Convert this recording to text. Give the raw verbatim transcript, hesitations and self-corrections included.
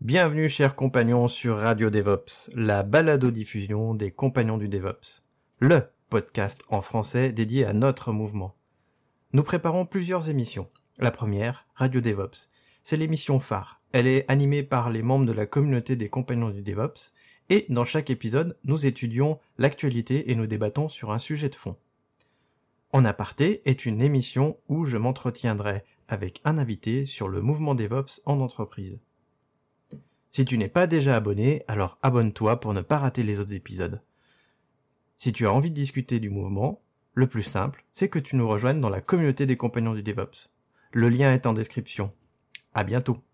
Bienvenue chers compagnons sur Radio DevOps, la balado-diffusion des compagnons du DevOps, le podcast en français dédié à notre mouvement. Nous préparons plusieurs émissions. La première, Radio DevOps, c'est l'émission phare. Elle est animée par les membres de la communauté des compagnons du DevOps et dans chaque épisode, nous étudions l'actualité et nous débattons sur un sujet de fond. En aparté est une émission où je m'entretiendrai avec un invité sur le mouvement DevOps en entreprise. Si tu n'es pas déjà abonné, alors abonne-toi pour ne pas rater les autres épisodes. Si tu as envie de discuter du mouvement, le plus simple, c'est que tu nous rejoignes dans la communauté des compagnons du DevOps. Le lien est en description. À bientôt.